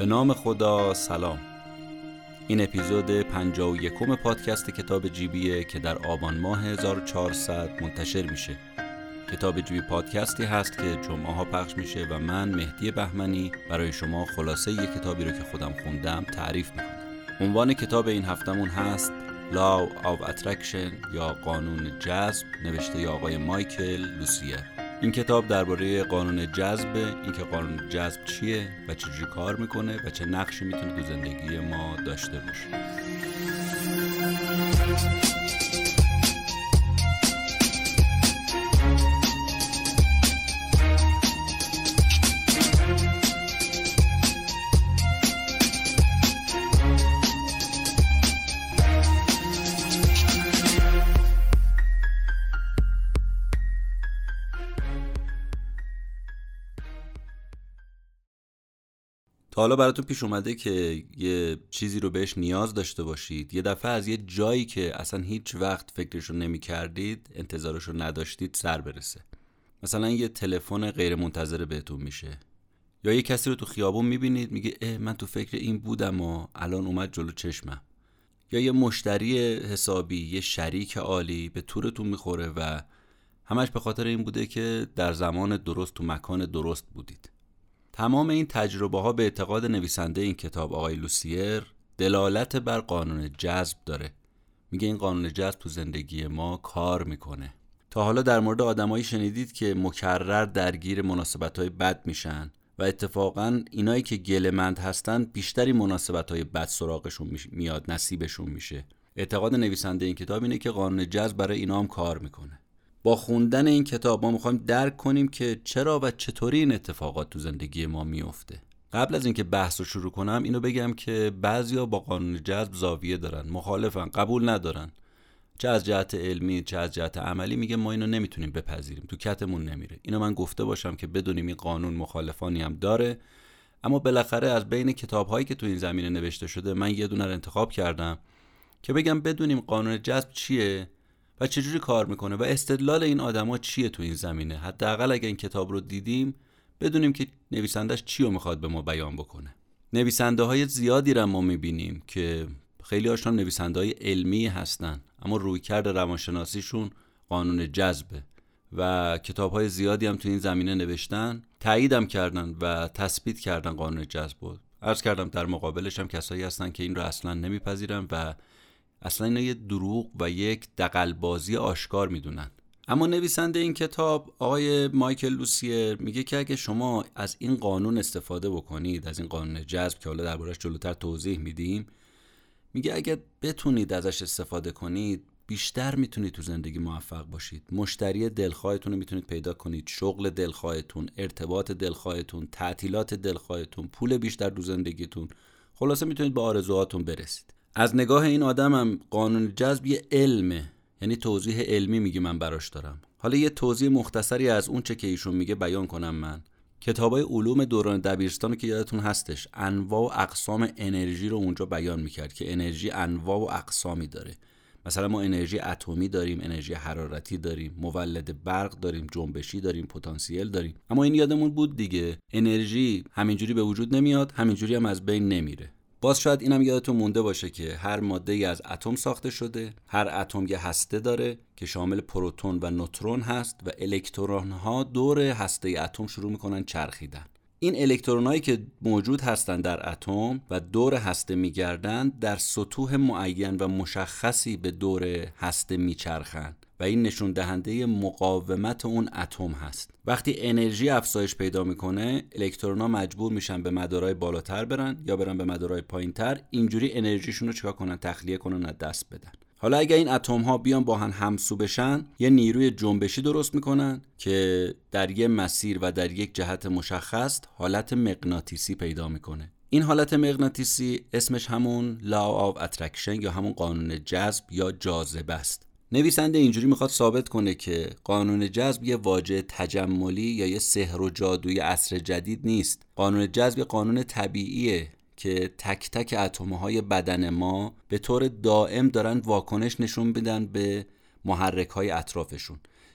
به نام خدا. سلام. این اپیزود 51 پادکست کتاب جیبیه که در آبان ماه 1400 منتشر میشه. کتاب جیبی پادکستی هست که جمعه ها پخش میشه و من مهدی بهمنی برای شما خلاصه یک کتابی رو که خودم خوندم تعریف میکنم. عنوان کتاب این هفتمون هست Law of Attraction یا قانون جذب، نوشته آقای مایکل لوسیر. این کتاب درباره قانون جذبه، اینکه قانون جذب چیه و چجوری کار میکنه و چه نقشی میتونه تو زندگی ما داشته باشه. تا حالا براتون پیش اومده که یه چیزی رو بهش نیاز داشته باشید، یه دفعه از یه جایی که اصلا هیچ وقت فکرشو نمی کردید، انتظارشو نداشتید سر برسه؟ مثلا یه تلفن غیر منتظره بهتون میشه، یا یه کسی رو تو خیابون میبینید میگه من تو فکر این بودم و الان اومد جلو چشمم، یا یه مشتری حسابی، یه شریک عالی به تورتون میخوره و همش به خاطر این بوده که در زمان درست تو مکان درست بودید. تمام این تجربه ها به اعتقاد نویسنده این کتاب آقای لوسیر دلالت بر قانون جذب داره. میگه این قانون جذب تو زندگی ما کار میکنه. تا حالا در مورد آدمایی شنیدید که مکرر درگیر مناسبت‌های بد میشن و اتفاقاً اینایی که گله‌مند هستن بیشتری مناسبت‌های بد سراغشون میاد، نصیبشون میشه. اعتقاد نویسنده این کتاب اینه که قانون جذب برای اینا هم کار میکنه. با خوندن این کتاب ما میخوایم درک کنیم که چرا و چطوری این اتفاقات تو زندگی ما میفته. قبل از اینکه بحث رو شروع کنم اینو بگم که بعضیا با قانون جذب زاویه دارن، مخالفن، قبول ندارن. چه از جهت علمی چه از جهت عملی میگه ما اینو نمیتونیم بپذیریم، تو کتمون نمیره. اینو من گفته باشم که بدونیم این قانون مخالفانی هم داره، اما بالاخره از بین کتاب‌هایی که تو این زمینه نوشته شده من یه دونه رو انتخاب کردم که بگم بدونیم قانون جذب چیه و چجوری کار میکنه و استدلال این آدما چیه تو این زمینه. حداقل اگه این کتاب رو دیدیم بدونیم که نویسندش چی رو میخواد به ما بیان بکنه. نویسنده های زیادی رو ما میبینیم که خیلی هاشون نویسنده های علمی هستن اما رویکرد روانشناسیشون قانون جذبه و کتاب های زیادی هم تو این زمینه نوشتن، تاییدم کردن و تثبیت کردن قانون جذب. عرض کردم در مقابلش هم کسایی هستن که این رو اصلا نمیپذیرن و اصلا اینا یه دروغ و یک دغل‌بازی آشکار میدونن. اما نویسنده این کتاب آقای مایکل لوسیر میگه که اگه شما از این قانون استفاده بکنید، از این قانون جذب که حالا دربارش جلوتر توضیح میدیم، میگه اگه بتونید ازش استفاده کنید بیشتر میتونید تو زندگی موفق باشید. مشتری دلخواهتون رو میتونید پیدا کنید، شغل دلخواهتون، ارتباط دلخواهتون، تعطیلات دلخواهتون، پول بیشتر تو زندگیتون، خلاصه میتونید به آرزوهاتون برسید. از نگاه این آدمم قانون جذب یه علمه، یعنی توضیح علمی میگه من براش دارم. حالا یه توضیح مختصری از اون چه که ایشون میگه بیان کنم. من کتابای علوم دوران دبیرستان که یادتون هستش انواع و اقسام انرژی رو اونجا بیان میکرد که انرژی انواع و اقسامی داره. مثلا ما انرژی اتمی داریم، انرژی حرارتی داریم، مولد برق داریم، جنبشی داریم، پتانسیل داریم. اما این یادمون بود دیگه، انرژی همینجوری به وجود نمیاد، همینجوری هم از بین نمیره. باز شاید اینم یادتون مونده باشه که هر ماده‌ای از اتم ساخته شده، هر اتم یه هسته داره که شامل پروتون و نوترون هست و الکترون‌ها دور هسته اتم شروع میکنن چرخیدن. این الکترونایی که موجود هستن در اتم و دور هسته میگردن در سطوح معین و مشخصی به دور هسته میچرخن و این نشون دهنده مقاومت اون اتم هست. وقتی انرژی افزایش پیدا میکنه الکترونا مجبور میشن به مدارهای بالاتر برن یا برن به مدارهای پایینتر، اینجوری انرژیشون رو چیکار کنن؟ تخلیه کنن، از دست بدن. حالا اگه این اتم ها بیان با هم همسو بشن یه نیروی جنبشی درست میکنن که در یه مسیر و در یک جهت مشخص حالت مغناطیسی پیدا میکنه. این حالت مغناطیسی اسمش همون Law of Attraction یا همون قانون جذب یا جاذبه است. نویسنده اینجوری میخواد ثابت کنه که قانون جذب یه واژه تجملی یا یه سحر و جادوی عصر جدید نیست. قانون جذب قانون طبیعیه که تک تک اتم‌های بدن ما به طور دائم دارن واکنش نشون بدن به محرک‌های اطرافشون.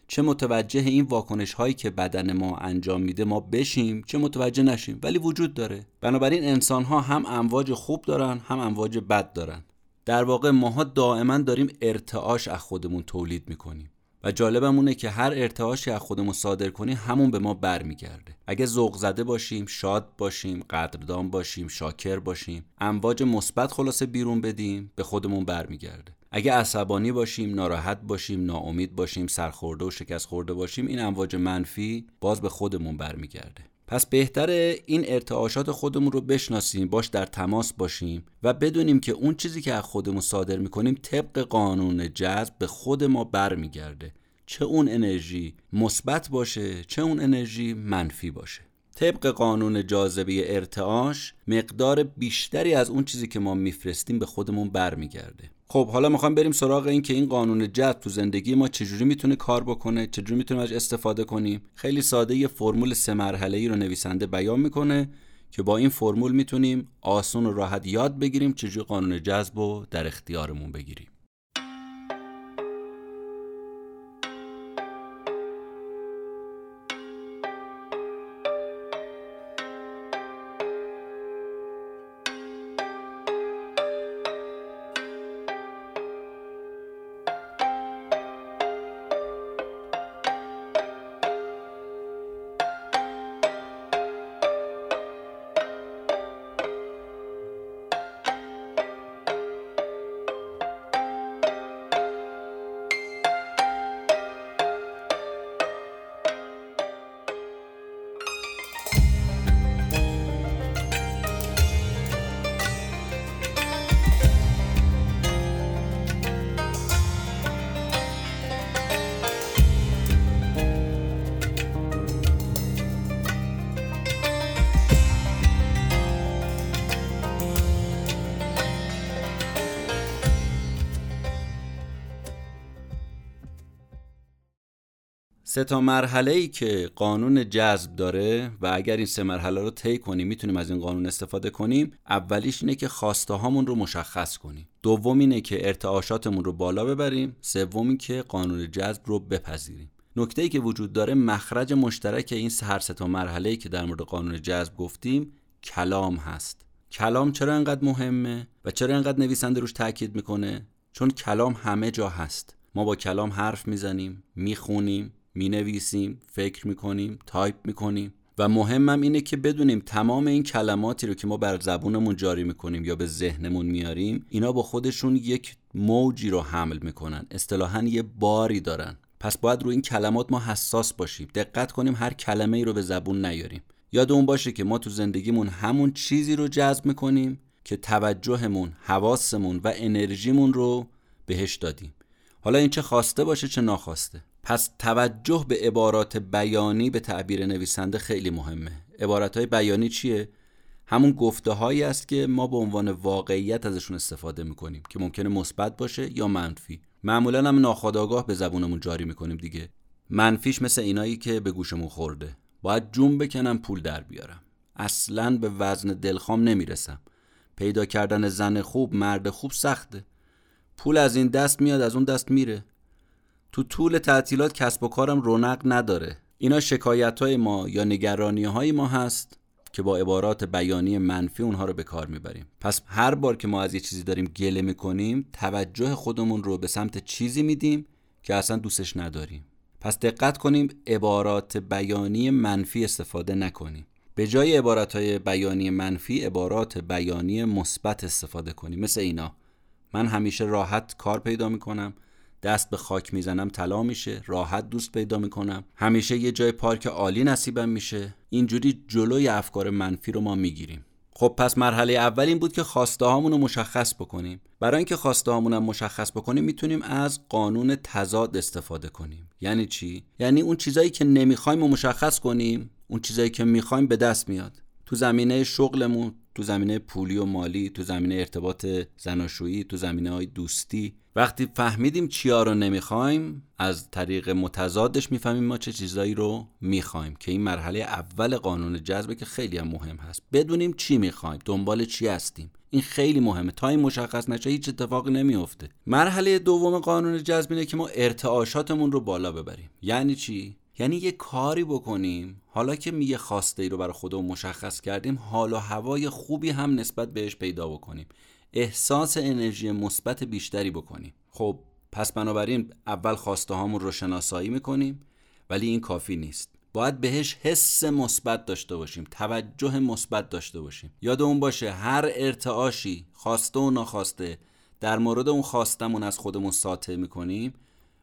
چه متوجه این واکنش هایی که بدن ما انجام میده ما بشیم، چه متوجه نشیم، ولی وجود داره. بنابراین انسان ها هم امواج خوب دارن، هم امواج بد دارن. در واقع ماها دائما داریم ارتعاش از خودمون تولید میکنیم و جالبمونه که هر ارتعاشی از خودمون صادر کنیم همون به ما برمیگرده. اگه ذوق زده باشیم، شاد باشیم، قدردان باشیم، شاکر باشیم، امواج مثبت خلاصه بیرون بدیم، به خودمون برمیگرده. اگه عصبانی باشیم، ناراحت باشیم، ناامید باشیم، سرخورده و شکست خورده باشیم، این امواج منفی باز به خودمون برمیگرده. پس بهتره این ارتعاشات خودمون رو بشناسیم، باش در تماس باشیم و بدونیم که اون چیزی که از خودمون صادر میکنیم طبق قانون جذب به خود ما برمیگرده، چه اون انرژی مثبت باشه چه اون انرژی منفی باشه. طبق قانون جاذبه ارتعاش مقدار بیشتری از اون چیزی که ما میفرستیم به خودمون برمیگرده. خب حالا میخوام بریم سراغ این که این قانون جذب تو زندگی ما چجوری میتونه کار بکنه، چجوری میتونیم ازش استفاده کنیم. خیلی ساده یه فرمول 3 مرحله‌ای رو نویسنده بیان میکنه که با این فرمول میتونیم آسون و راحت یاد بگیریم چجوری قانون جذب رو در اختیارمون بگیریم. سه تا مرحله‌ای که قانون جذب داره و اگر این 3 مرحله رو طی کنیم میتونیم از این قانون استفاده کنیم. اولیش اینه که خواسته هامون رو مشخص کنیم. دوم اینه که ارتعاشاتمون رو بالا ببریم. سومی که قانون جذب رو بپذیریم. نکته‌ای که وجود داره مخرج مشترک این هر 3 تا مرحله‌ای که در مورد قانون جذب گفتیم کلام هست. کلام چرا انقدر مهمه و چرا انقدر نویسنده روش تاکید میکنه؟ چون کلام همه جا هست. ما با کلام حرف میزنیم، میخونیم، مینویسیم، فکر میکنیم، تایپ میکنیم و مهمم اینه که بدونیم تمام این کلماتی رو که ما بر زبونمون جاری میکنیم یا به ذهنمون میاریم اینا با خودشون یک موجی رو حمل میکنن، اصطلاحاً یه باری دارن. پس باید روی این کلمات ما حساس باشیم، دقت کنیم هر کلمه ای رو به زبون نیاریم. یادمون باشه که ما تو زندگیمون همون چیزی رو جذب میکنیم که توجهمون، حواسمون و انرژیمون رو بهش دادیم. حالا این چه خواسته باشه چه ناخواسته. پس توجه به عبارات بیانی به تعبیر نویسنده خیلی مهمه. عباراتهای بیانی چیه؟ همون گفته هایی است که ما به عنوان واقعیت ازشون استفاده میکنیم که ممکنه مثبت باشه یا منفی. معمولا هم ناخودآگاه به زبونمون جاری میکنیم دیگه. منفیش مثل اینایی که به گوشمون خورده. باید جون بکنم پول در بیارم. اصلاً به وزن دلخوام نمیرسم. پیدا کردن زن خوب، مرد خوب سخته. پول از این دست میاد از اون دست میره. تو طول تعطیلات کسب و کارم رونق نداره. اینا شکایت‌های ما یا نگرانی‌های ما هست که با عبارات بیانی منفی اونها رو به کار میبریم. پس هر بار که ما از یه چیزی داریم گله میکنیم توجه خودمون رو به سمت چیزی میدیم که اصلا دوستش نداریم. پس دقت کنیم عبارات بیانی منفی استفاده نکنیم. به جای عبارات‌های بیانی منفی عبارات بیانی مثبت استفاده کنیم. مثل اینا: من همیشه راحت کار پیدا میکنم، دست به خاک میزنم طلا میشه، راحت دوست پیدا میکنم، همیشه یه جای پارک عالی نصیبم میشه. اینجوری جلوی افکار منفی رو ما میگیریم. خب پس مرحله اول این بود که خواسته هامون رو مشخص بکنیم. برای اینکه خواسته هامون رو مشخص بکنیم میتونیم از قانون تضاد استفاده کنیم. یعنی چی؟ یعنی اون چیزایی که نمیخوایم رو مشخص کنیم، اون چیزایی که میخوایم به دست میاد. تو زمینه شغلمون، تو زمینه پولی و مالی، تو زمینه ارتباط زناشویی، تو زمینه‌های دوستی، وقتی فهمیدیم چیا رو نمیخوایم از طریق متضادش میفهمیم ما چه چیزایی رو میخوایم که این مرحله اول قانون جذبه که خیلی هم مهم هست. بدونیم چی میخوایم، دنبال چی هستیم. این خیلی مهمه. تا این مشخص نشه هیچ اتفاقی نمیفته. مرحله دوم قانون جذب اینه که ما ارتعاشاتمون رو بالا ببریم. یعنی چی؟ یعنی یه کاری بکنیم حالا که یه خواسته ای رو برای خودمون مشخص کردیم، حال و هوای خوبی هم نسبت بهش پیدا بکنیم، احساس انرژی مثبت بیشتری بکنیم. خب پس بنابراین اول خواسته هامون رو شناسایی میکنیم، ولی این کافی نیست. باید بهش حس مثبت داشته باشیم، توجه مثبت داشته باشیم. یادمون باشه هر ارتعاشی، خواسته و ناخواسته، در مورد اون خواستمون از خودمون ساطع میکنیم،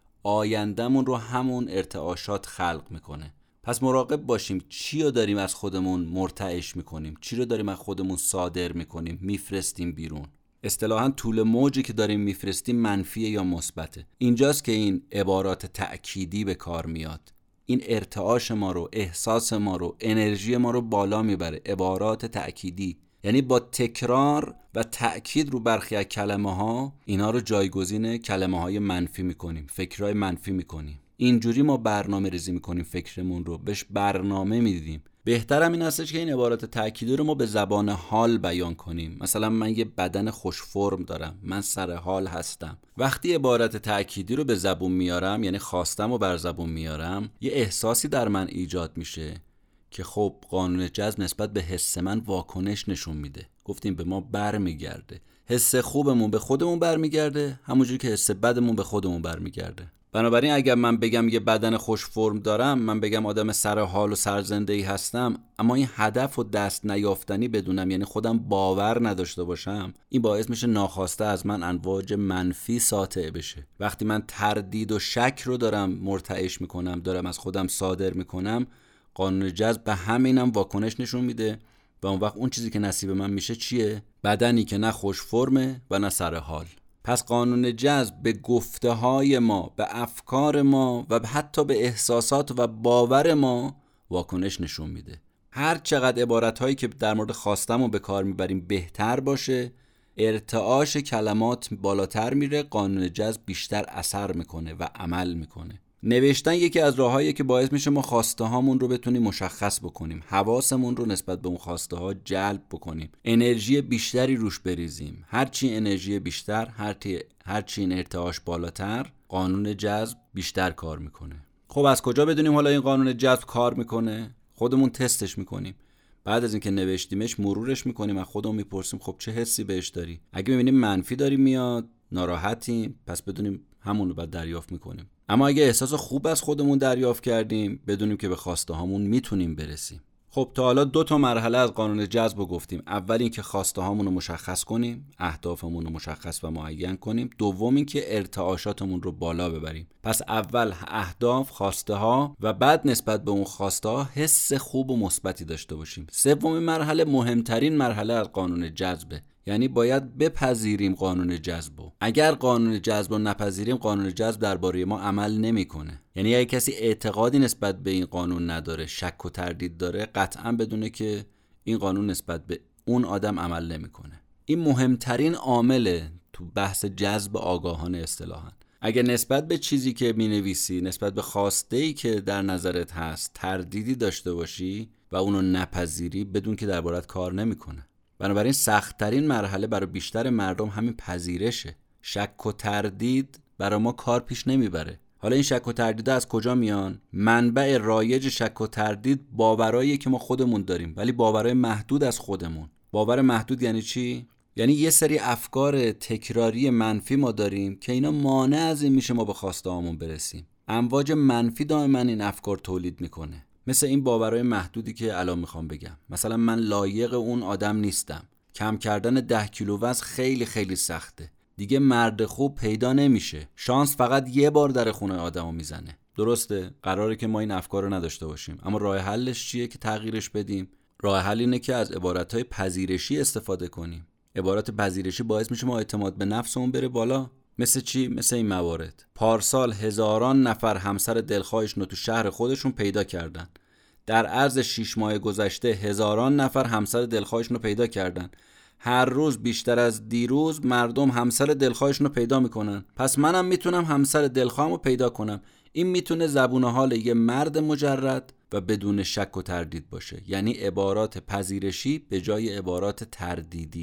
آیندهمون رو همون ارتعاشات خلق میکنه. پس مراقب باشیم چی رو داریم از خودمون مرتعش میکنیم، چی رو داریم از خودمون صادر میکنیم، میفرستیم بیرون. اصطلاحاً طول موجی که داریم میفرستیم منفیه یا مثبته. اینجاست که این عبارات تأکیدی به کار میاد. این ارتعاش ما رو، احساس ما رو، انرژی ما رو بالا میبره. عبارات تأکیدی یعنی با تکرار و تأکید رو برخی از کلمه ها، اینا رو جایگزین کلمه های منفی میکنیم، فکرهای منفی میکنیم. اینجوری ما برنامه ریزی میکنیم، فکرمون رو بهش برنامه میدیم. بهترم این هستش که این عبارات تأکیدی رو ما به زبان حال بیان کنیم. مثلا من یه بدن خوش فرم دارم، من سر حال هستم. وقتی عبارت تأکیدی رو به زبون میارم، یعنی خواستم رو بر زبون میارم، یه احساسی در من ایجاد میشه که خب قانون جذب نسبت به حس من واکنش نشون میده. گفتیم به ما برمیگرده. حس خوبمون به خودمون برمیگرده، همونجوری که حس بدمون به خودمون برمیگرده. بنابراین اگر من بگم یه بدن خوش فرم دارم، من بگم آدم سر حال و سرزنده‌ای هستم، اما این هدف و دست نیافتنی بدونم، یعنی خودم باور نداشته باشم، این باعث میشه ناخواسته از من امواج منفی ساطع بشه. وقتی من تردید و شک رو دارم مرتعش میکنم، دارم از خودم صادر میکنم، قانون جذب به همینم واکنش نشون میده و اون وقت اون چیزی که نصیب من میشه چیه؟ بدنی که نه خوش فرمه و نه سر حال. پس قانون جذب به گفته های ما، به افکار ما و حتی به احساسات و باور ما واکنش نشون میده. هر چقدر عبارت هایی که در مورد خواستم رو به کار میبریم بهتر باشه، ارتعاش کلمات بالاتر میره، قانون جذب بیشتر اثر میکنه و عمل میکنه. نوشتن یکی از راهاییه که باعث میشه ما خواسته هامون رو بتونیم مشخص بکنیم، حواسمون رو نسبت به اون خواسته ها جلب بکنیم، انرژی بیشتری روش بریزیم. هرچی انرژی بیشتر، هرچی این ارتعاش بالاتر، قانون جذب بیشتر کار میکنه. خب از کجا بدونیم حالا این قانون جذب کار میکنه؟ خودمون تستش میکنیم. بعد از اینکه نوشتیمش مرورش میکنیم، از خودمون میپرسیم خب چه حسی بهش داری؟ اگه میبینیم منفی داریم میاد، ناراحتیم، پس بدونیم همون رو بعد دریافت میکنیم. اما اگه احساس خوب از خودمون دریافت کردیم، بدونیم که به خواسته هامون میتونیم برسیم. خب تا حالا 2 مرحله از قانون جذب رو گفتیم. اول این که خواسته هامون رو مشخص کنیم، اهدافمون رو مشخص و معین کنیم. دوم این که ارتعاشاتمون رو بالا ببریم. پس اول اهداف، خواسته ها و بعد نسبت به اون خواسته ها حس خوب و مثبتی داشته باشیم. سومین مرحله مهمترین مرحله از قانون جذبه. یعنی باید بپذیریم قانون جذب. اگر قانون جذب رو نپذیریم، قانون جذب درباره ما عمل نمیکنه. یعنی اگه کسی اعتقادی نسبت به این قانون نداره، شک و تردید داره، قطعا بدونه که این قانون نسبت به اون آدم عمل نمیکنه. این مهمترین عامله تو بحث جذب آگاهانه اصطلاحاً. اگه نسبت به چیزی که مینویسی، نسبت به خواسته‌ای که در نظرت هست، تردیدی داشته باشی و اونو نپذیری، بدون که دربارت کار نمیکنه. بنابراین سخت‌ترین مرحله برای بیشتر مردم همین پذیرشه. شک و تردید برای ما کار پیش نمیبره. حالا این شک و تردید از کجا میان؟ منبع رایج شک و تردید باوراییه که ما خودمون داریم، ولی باورای محدود از خودمون. باور محدود یعنی چی؟ یعنی یه سری افکار تکراری منفی ما داریم که اینا مانع از این میشه ما به خواسته هامون برسیم. امواج منفی دائما این افکار تولید میکنه. مثل این باورهای محدودی که الان میخوام بگم. مثلا من لایق اون آدم نیستم. کم کردن 10 کیلو وزن خیلی خیلی سخته. دیگه مرد خوب پیدا نمیشه. شانس فقط یه بار در خونه آدمو میزنه. درسته؟ قراره که ما این افکار رو نداشته باشیم. اما راه حلش چیه که تغییرش بدیم؟ راه حل اینه که از عبارتهای پذیرشی استفاده کنیم. عبارت پذیرشی باعث میشه ما اعتماد به نفسمون بره بالا. مثل چی؟ مثل این موارد. پارسال هزاران نفر همسر دلخواهشون رو تو شهر خودشون پیدا کردن. در عرض 6 ماه گذشته هزاران نفر همسر دلخواهشون رو پیدا کردن. هر روز بیشتر از دیروز مردم همسر دلخواهشون رو پیدا میکنن. پس منم میتونم همسر دلخواهم رو پیدا کنم. این میتونه زبون حال یه مرد مجرد و بدون شک و تردید باشه. یعنی عبارات پذیرشی به جای عبارات تردیدی.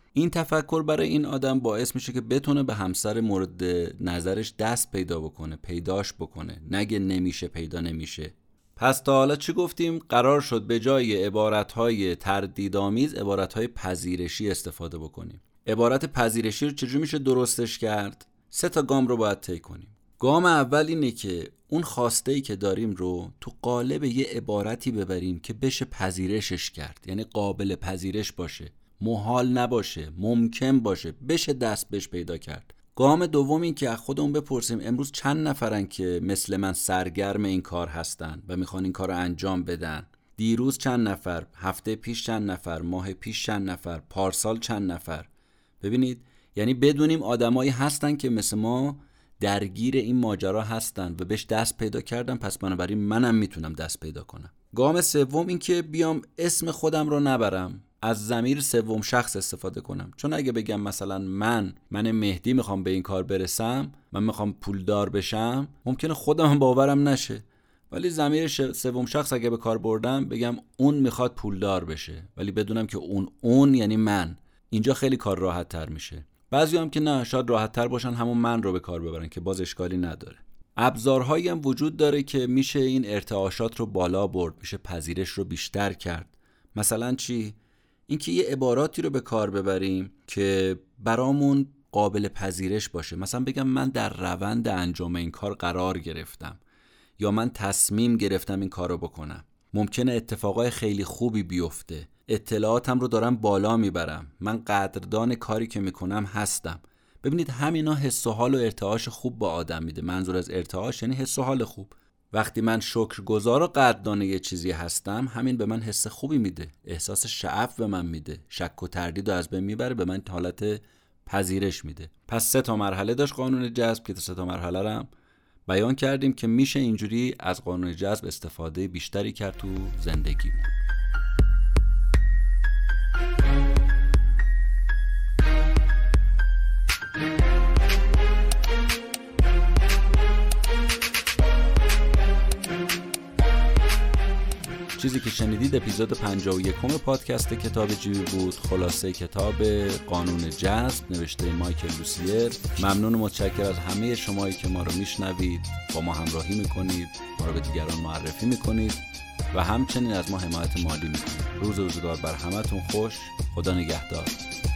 این تفکر برای این آدم باعث میشه که بتونه به همسر مورد نظرش دست پیدا بکنه، پیداش بکنه، نگه نمیشه، پیدا نمیشه. پس تا حالا چی گفتیم؟ قرار شد به جای عبارتهای تردیدآمیز عبارتهای پذیرشی استفاده بکنیم. عبارت پذیرشی رو چجوری میشه درستش کرد؟ 3 گام رو باید طی کنیم. گام اول اینه که اون خواسته‌ای که داریم رو تو قالب یه عبارتی ببریم که بشه پذیرشش کرد، یعنی قابل پذیرش باشه، محال نباشه، ممکن باشه، بشه دست بهش پیدا کرد. گام دوم این که از خودمون بپرسیم امروز چند نفرن که مثل من سرگرم این کار هستن و میخوان این کار رو انجام بدن؟ دیروز چند نفر، هفته پیش چند نفر، ماه پیش چند نفر، پارسال چند نفر؟ ببینید، یعنی بدونیم آدمایی هستن که مثل ما درگیر این ماجرا هستن و بهش دست پیدا کردن، پس بنابراین منم میتونم دست پیدا کنم. گام سوم این که بیام اسم خودم رو نبرم، از ضمیر سوم شخص استفاده کنم. چون اگه بگم مثلا من مهدی میخوام به این کار برسم، من میخوام پولدار بشم، ممکنه خودم باورم نشه. ولی ضمیر سوم شخص اگه به کار بردم، بگم اون میخواد پولدار بشه، ولی بدونم که اون یعنی من. اینجا خیلی کار راحت تر میشه. بعضی هم که نه، شاید راحت تر باشن همون من رو به کار ببرن که باز اشکالی نداره. ابزارهایی هم وجود داره که میشه این ارتعاشات رو بالا برد، میشه پذیرش رو بیشتر کرد. مثلا چی؟ اینکه یه عباراتی رو به کار ببریم که برامون قابل پذیرش باشه. مثلا بگم من در روند انجام این کار قرار گرفتم، یا من تصمیم گرفتم این کار رو بکنم. ممکنه اتفاقای خیلی خوبی بیفته، اطلاعاتم رو دارم بالا میبرم، من قدردان کاری که میکنم هستم. ببینید همینا حس و حال و ارتعاش خوب با آدم میده. منظور از ارتعاش یعنی حس و حال خوب. وقتی من شکرگزار و قدردان یه چیزی هستم، همین به من حس خوبی میده، احساس شعف به من میده، شک و تردید رو از بین میبره، به من حالت پذیرش میده. پس 3 مرحله داشت قانون جذب که 3 مرحله رو هم بیان کردیم که میشه اینجوری از قانون جذب استفاده بیشتری کرد تو زندگیمون. چیزی که شنیدید اپیزود 51 پادکست کتاب جیبی بود، خلاصه کتاب قانون جذب نوشته مایکل لوسیر. ممنون و متشکر از همه شمایی که ما رو میشنوید، با ما همراهی میکنید، ما رو به دیگران معرفی میکنید و همچنین از ما حمایت مالی میکنید. روزگار بر همتون خوش. خدا نگهدار.